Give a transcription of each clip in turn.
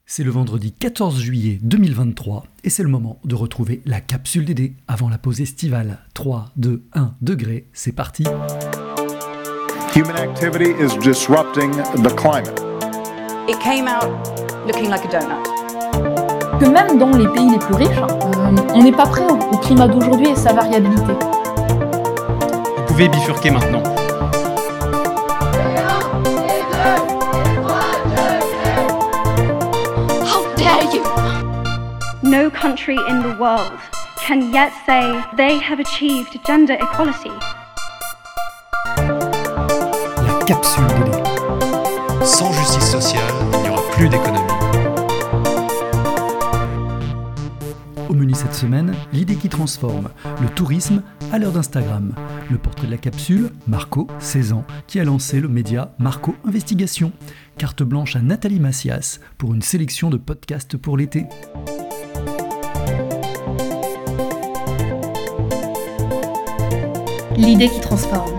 C'est le vendredi 14 juillet 2023 et c'est le moment de retrouver la capsule DD avant la pause estivale. 3, 2, 1 degré, c'est parti. Human activity is disrupting the climate. It came out looking like a donut. Que même dans les pays les plus riches, on n'est pas prêt au climat d'aujourd'hui et sa variabilité. Vous pouvez bifurquer maintenant. No country in the world can yet say they have achieved gender equality. La capsule DD. Sans justice sociale, il n'y aura plus d'économie. Au menu cette semaine, l'idée qui transforme, le tourisme à l'heure d'Instagram. Le portrait de la capsule, Marco, 16 ans, qui a lancé le média Marco Investigation. Carte blanche à Nathalie Massias pour une sélection de podcasts pour l'été. L'idée qui transforme.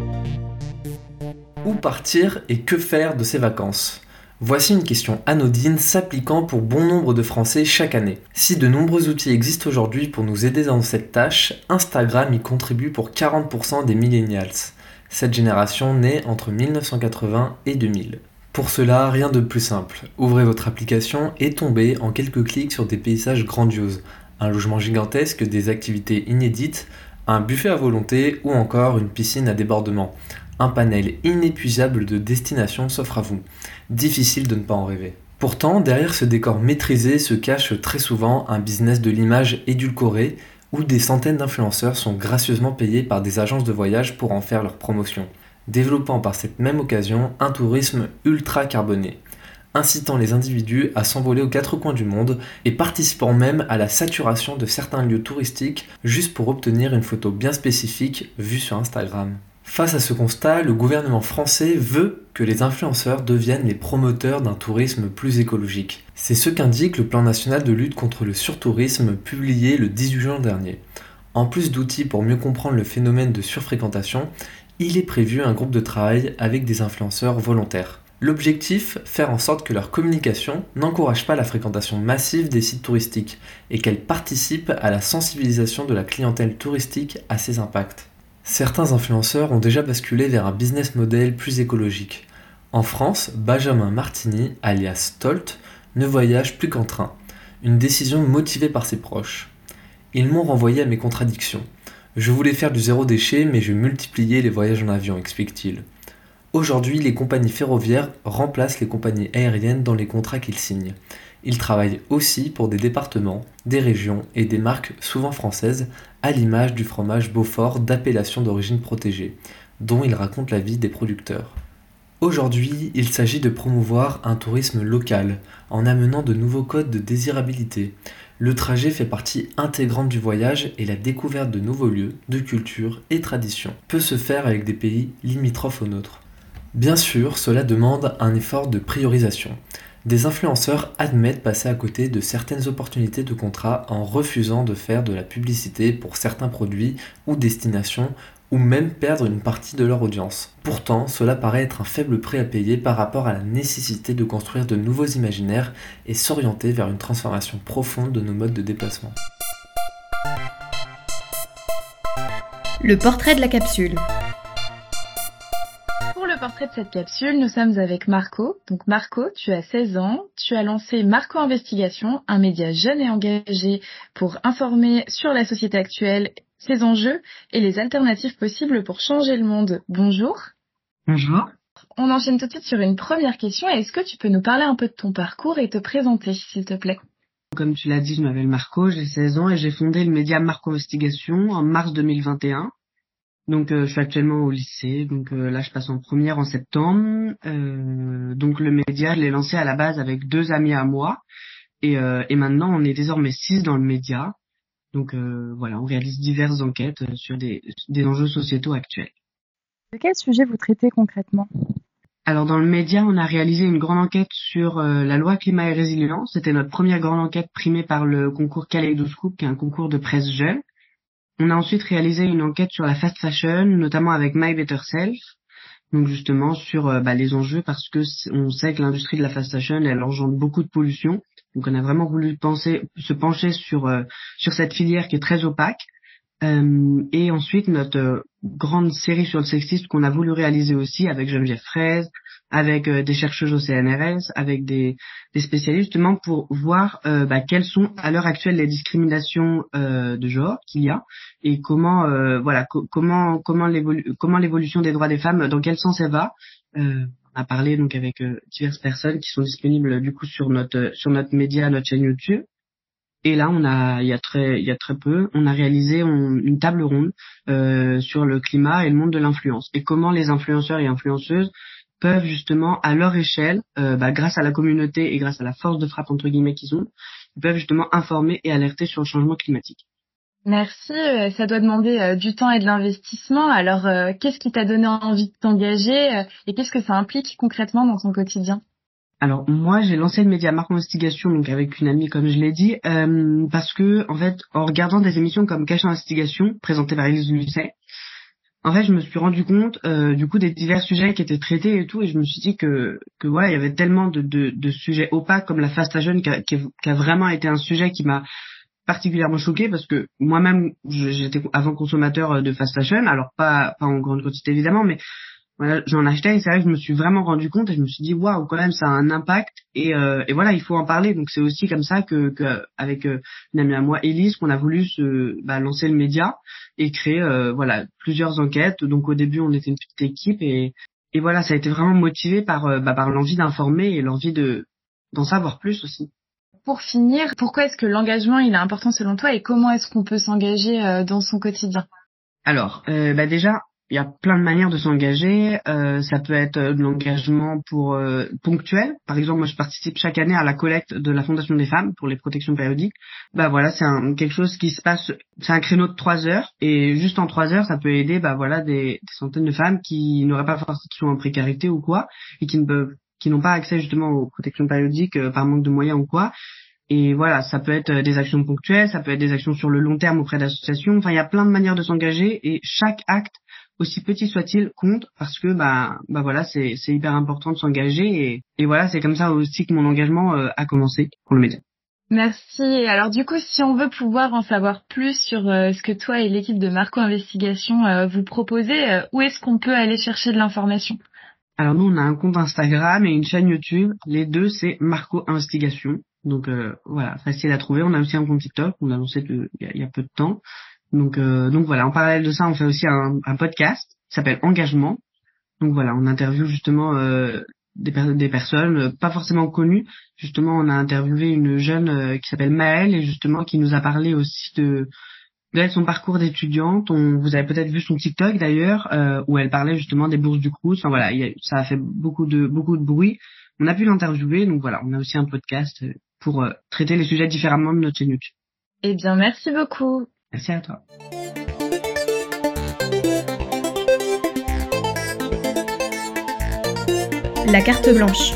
Où partir et que faire de ces vacances ? Voici une question anodine s'appliquant pour bon nombre de Français chaque année. Si de nombreux outils existent aujourd'hui pour nous aider dans cette tâche, Instagram y contribue pour 40% des millennials. Cette génération naît entre 1980 et 2000. Pour cela, rien de plus simple. Ouvrez votre application et tombez en quelques clics sur des paysages grandioses, un logement gigantesque, des activités inédites, un buffet à volonté ou encore une piscine à débordement. Un panel inépuisable de destinations s'offre à vous. Difficile de ne pas en rêver. Pourtant, derrière ce décor maîtrisé se cache très souvent un business de l'image édulcoré où des centaines d'influenceurs sont gracieusement payés par des agences de voyage pour en faire leur promotion, développant par cette même occasion un tourisme ultra carboné, incitant les individus à s'envoler aux quatre coins du monde et participant même à la saturation de certains lieux touristiques juste pour obtenir une photo bien spécifique vue sur Instagram. Face à ce constat, le gouvernement français veut que les influenceurs deviennent les promoteurs d'un tourisme plus écologique. C'est ce qu'indique le plan national de lutte contre le surtourisme publié le 18 juin dernier. En plus d'outils pour mieux comprendre le phénomène de surfréquentation, il est prévu un groupe de travail avec des influenceurs volontaires. L'objectif, faire en sorte que leur communication n'encourage pas la fréquentation massive des sites touristiques et qu'elle participe à la sensibilisation de la clientèle touristique à ces impacts. Certains influenceurs ont déjà basculé vers un business model plus écologique. En France, Benjamin Martini, alias Tolt, ne voyage plus qu'en train. Une décision motivée par ses proches. Ils m'ont renvoyé à mes contradictions. Je voulais faire du zéro déchet, mais je multipliais les voyages en avion, explique-t-il. Aujourd'hui, les compagnies ferroviaires remplacent les compagnies aériennes dans les contrats qu'ils signent. Ils travaillent aussi pour des départements, des régions et des marques souvent françaises, à l'image du fromage Beaufort d'appellation d'origine protégée, dont ils racontent la vie des producteurs. Aujourd'hui, il s'agit de promouvoir un tourisme local, en amenant de nouveaux codes de désirabilité. Le trajet fait partie intégrante du voyage et la découverte de nouveaux lieux, de cultures et traditions peut se faire avec des pays limitrophes aux nôtres. Bien sûr, cela demande un effort de priorisation. Des influenceurs admettent passer à côté de certaines opportunités de contrat en refusant de faire de la publicité pour certains produits ou destinations ou même perdre une partie de leur audience. Pourtant, cela paraît être un faible prix à payer par rapport à la nécessité de construire de nouveaux imaginaires et s'orienter vers une transformation profonde de nos modes de déplacement. Le portrait de la capsule. Pour le portrait de cette capsule, nous sommes avec Marco. Donc Marco, tu as 16 ans, tu as lancé Marco Investigation, un média jeune et engagé pour informer sur la société actuelle, ses enjeux et les alternatives possibles pour changer le monde. Bonjour. Bonjour. On enchaîne tout de suite sur une première question. Est-ce que tu peux nous parler un peu de ton parcours et te présenter, s'il te plaît ? Comme tu l'as dit, je m'appelle Marco, j'ai 16 ans et j'ai fondé le média Marco Investigation en mars 2021. Donc je suis actuellement au lycée, donc là je passe en première en septembre. Donc le média, je l'ai lancé à la base avec 2 amis à moi et maintenant on est désormais 6 dans le média. Donc voilà, on réalise diverses enquêtes sur des enjeux sociétaux actuels. De quel sujet vous traitez concrètement ? Alors dans le média, on a réalisé une grande enquête sur la loi climat et résilience. C'était notre première grande enquête primée par le concours Kaleidoscope, qui est un concours de presse jeune. On a ensuite réalisé une enquête sur la fast fashion, notamment avec My Better Self. Donc justement sur les enjeux, parce que on sait que l'industrie de la fast fashion, elle engendre beaucoup de pollution. Donc on a vraiment voulu se pencher sur cette filière qui est très opaque. Et ensuite notre grande série sur le sexisme qu'on a voulu réaliser aussi avec Geneviève Fraise, avec des chercheuses au CNRS, avec des spécialistes justement pour voir quelles sont à l'heure actuelle les discriminations de genre qu'il y a et comment l'évolution des droits des femmes, dans quel sens elle va. On a parlé donc avec diverses personnes qui sont disponibles du coup sur notre média, notre chaîne YouTube. Et là, il y a très peu, on a réalisé une table ronde sur le climat et le monde de l'influence et comment les influenceurs et influenceuses peuvent justement à leur échelle, grâce à la communauté et grâce à la force de frappe entre guillemets qu'ils ont, ils peuvent justement informer et alerter sur le changement climatique. Merci, ça doit demander du temps et de l'investissement. Alors, qu'est-ce qui t'a donné envie de t'engager et qu'est-ce que ça implique concrètement dans ton quotidien ? Alors moi j'ai lancé le média Marco Investigation donc avec une amie comme je l'ai dit parce que en fait en regardant des émissions comme Cache Investigation présentées par Élise Lucet, en fait je me suis rendu compte du coup des divers sujets qui étaient traités et tout, et je me suis dit que voilà, il y avait tellement de sujets opaques comme la fast fashion qui a vraiment été un sujet qui m'a particulièrement choquée parce que moi-même j'étais avant consommateur de fast fashion, alors pas en grande quantité évidemment, mais voilà, j'en achetais et c'est vrai que je me suis vraiment rendu compte et je me suis dit waouh, quand même ça a un impact et voilà, il faut en parler. Donc c'est aussi comme ça que avec une amie à moi, Élise, qu'on a voulu lancer le média et créer plusieurs enquêtes. Donc au début on était une petite équipe et voilà, ça a été vraiment motivé par l'envie d'informer et l'envie d'en savoir plus aussi. Pour finir, pourquoi est-ce que l'engagement il est important selon toi et comment est-ce qu'on peut s'engager dans son quotidien ? Alors déjà, il y a plein de manières de s'engager. Ça peut être de l'engagement pour ponctuel. Par exemple, moi je participe chaque année à la collecte de la Fondation des femmes pour les protections périodiques. Voilà, c'est quelque chose qui se passe, c'est un créneau de 3 heures et juste en 3 heures, ça peut aider des centaines de femmes qui n'auraient pas forcément, qui sont en précarité ou quoi et qui n'ont pas accès justement aux protections périodiques par manque de moyens ou quoi. Et voilà, ça peut être des actions ponctuelles, ça peut être des actions sur le long terme auprès d'associations. Enfin, il y a plein de manières de s'engager et chaque acte, aussi petit soit-il, compte parce que voilà, c'est hyper important de s'engager et voilà, c'est comme ça aussi que mon engagement a commencé pour le média. Merci. Alors du coup, si on veut pouvoir en savoir plus sur ce que toi et l'équipe de Marco Investigation vous proposez, où est-ce qu'on peut aller chercher de l'information ? Alors nous, on a un compte Instagram et une chaîne YouTube. Les deux, c'est Marco Investigation. Donc voilà, facile à trouver. On a aussi un compte TikTok, on a lancé il y a peu de temps. Donc voilà, en parallèle de ça, on fait aussi un podcast qui s'appelle Engagement. Donc voilà, on interviewe justement des personnes pas forcément connues. Justement, on a interviewé une jeune qui s'appelle Maëlle et justement qui nous a parlé aussi de son parcours d'étudiante. Vous avez peut-être vu son TikTok d'ailleurs, où elle parlait justement des bourses du Crous. Enfin voilà, ça a fait beaucoup de bruit. On a pu l'interviewer, donc voilà, on a aussi un podcast pour traiter les sujets différemment de notre chaîne YouTube. Eh bien, merci beaucoup. Merci à toi. La carte blanche.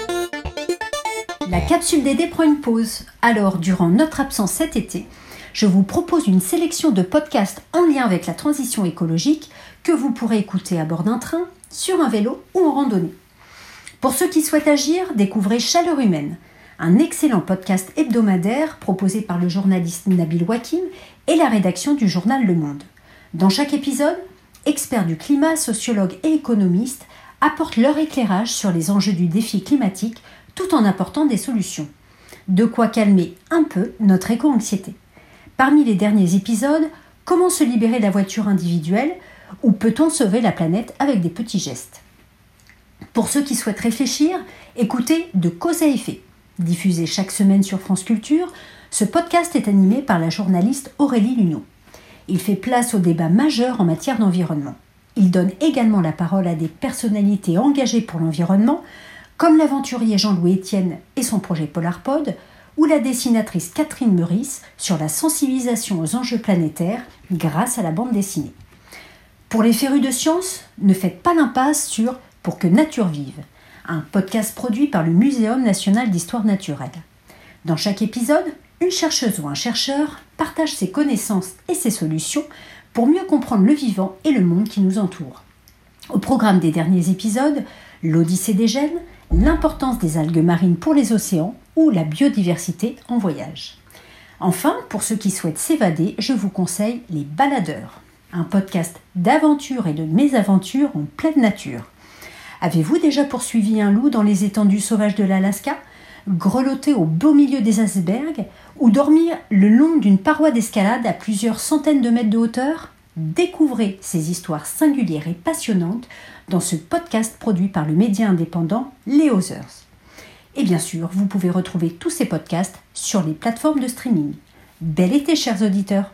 La capsule DD prend une pause. Alors, durant notre absence cet été, je vous propose une sélection de podcasts en lien avec la transition écologique que vous pourrez écouter à bord d'un train, sur un vélo ou en randonnée. Pour ceux qui souhaitent agir, découvrez Chaleur humaine, un excellent podcast hebdomadaire proposé par le journaliste Nabil Wakim et la rédaction du journal Le Monde. Dans chaque épisode, experts du climat, sociologues et économistes apportent leur éclairage sur les enjeux du défi climatique tout en apportant des solutions. De quoi calmer un peu notre éco-anxiété. Parmi les derniers épisodes, comment se libérer de la voiture individuelle ou peut-on sauver la planète avec des petits gestes ? Pour ceux qui souhaitent réfléchir, écoutez De Cause à Effet. Diffusé chaque semaine sur France Culture, ce podcast est animé par la journaliste Aurélie Luneau. Il fait place aux débats majeurs en matière d'environnement. Il donne également la parole à des personnalités engagées pour l'environnement, comme l'aventurier Jean-Louis Etienne et son projet Polarpod, ou la dessinatrice Catherine Meurice sur la sensibilisation aux enjeux planétaires grâce à la bande dessinée. Pour les férus de sciences, ne faites pas l'impasse sur Pour que nature vive, un podcast produit par le Muséum national d'histoire naturelle. Dans chaque épisode, une chercheuse ou un chercheur partage ses connaissances et ses solutions pour mieux comprendre le vivant et le monde qui nous entoure. Au programme des derniers épisodes, l'Odyssée des gènes, l'importance des algues marines pour les océans ou la biodiversité en voyage. Enfin, pour ceux qui souhaitent s'évader, je vous conseille Les Baladeurs, un podcast d'aventure et de mésaventures en pleine nature. Avez-vous déjà poursuivi un loup dans les étendues sauvages de l'Alaska, grelotté au beau milieu des icebergs ou dormir le long d'une paroi d'escalade à plusieurs centaines de mètres de hauteur? Découvrez ces histoires singulières et passionnantes dans ce podcast produit par le média indépendant Les Others. Et bien sûr, vous pouvez retrouver tous ces podcasts sur les plateformes de streaming. Bel été, chers auditeurs!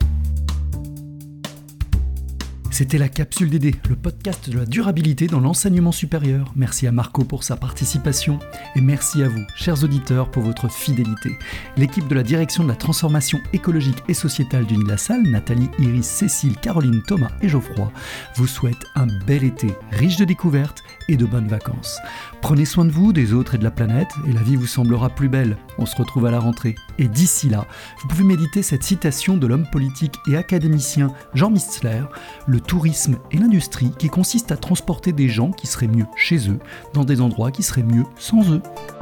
C'était la Capsule DD, le podcast de la durabilité dans l'enseignement supérieur. Merci à Marco pour sa participation et merci à vous, chers auditeurs, pour votre fidélité. L'équipe de la direction de la transformation écologique et sociétale d'Unilassal, Nathalie, Iris, Cécile, Caroline, Thomas et Geoffroy, vous souhaite un bel été, riche de découvertes et de bonnes vacances. Prenez soin de vous, des autres et de la planète et la vie vous semblera plus belle. On se retrouve à la rentrée. Et d'ici là, vous pouvez méditer cette citation de l'homme politique et académicien Jean Mistler, le tourisme et l'industrie qui consiste à transporter des gens qui seraient mieux chez eux, dans des endroits qui seraient mieux sans eux.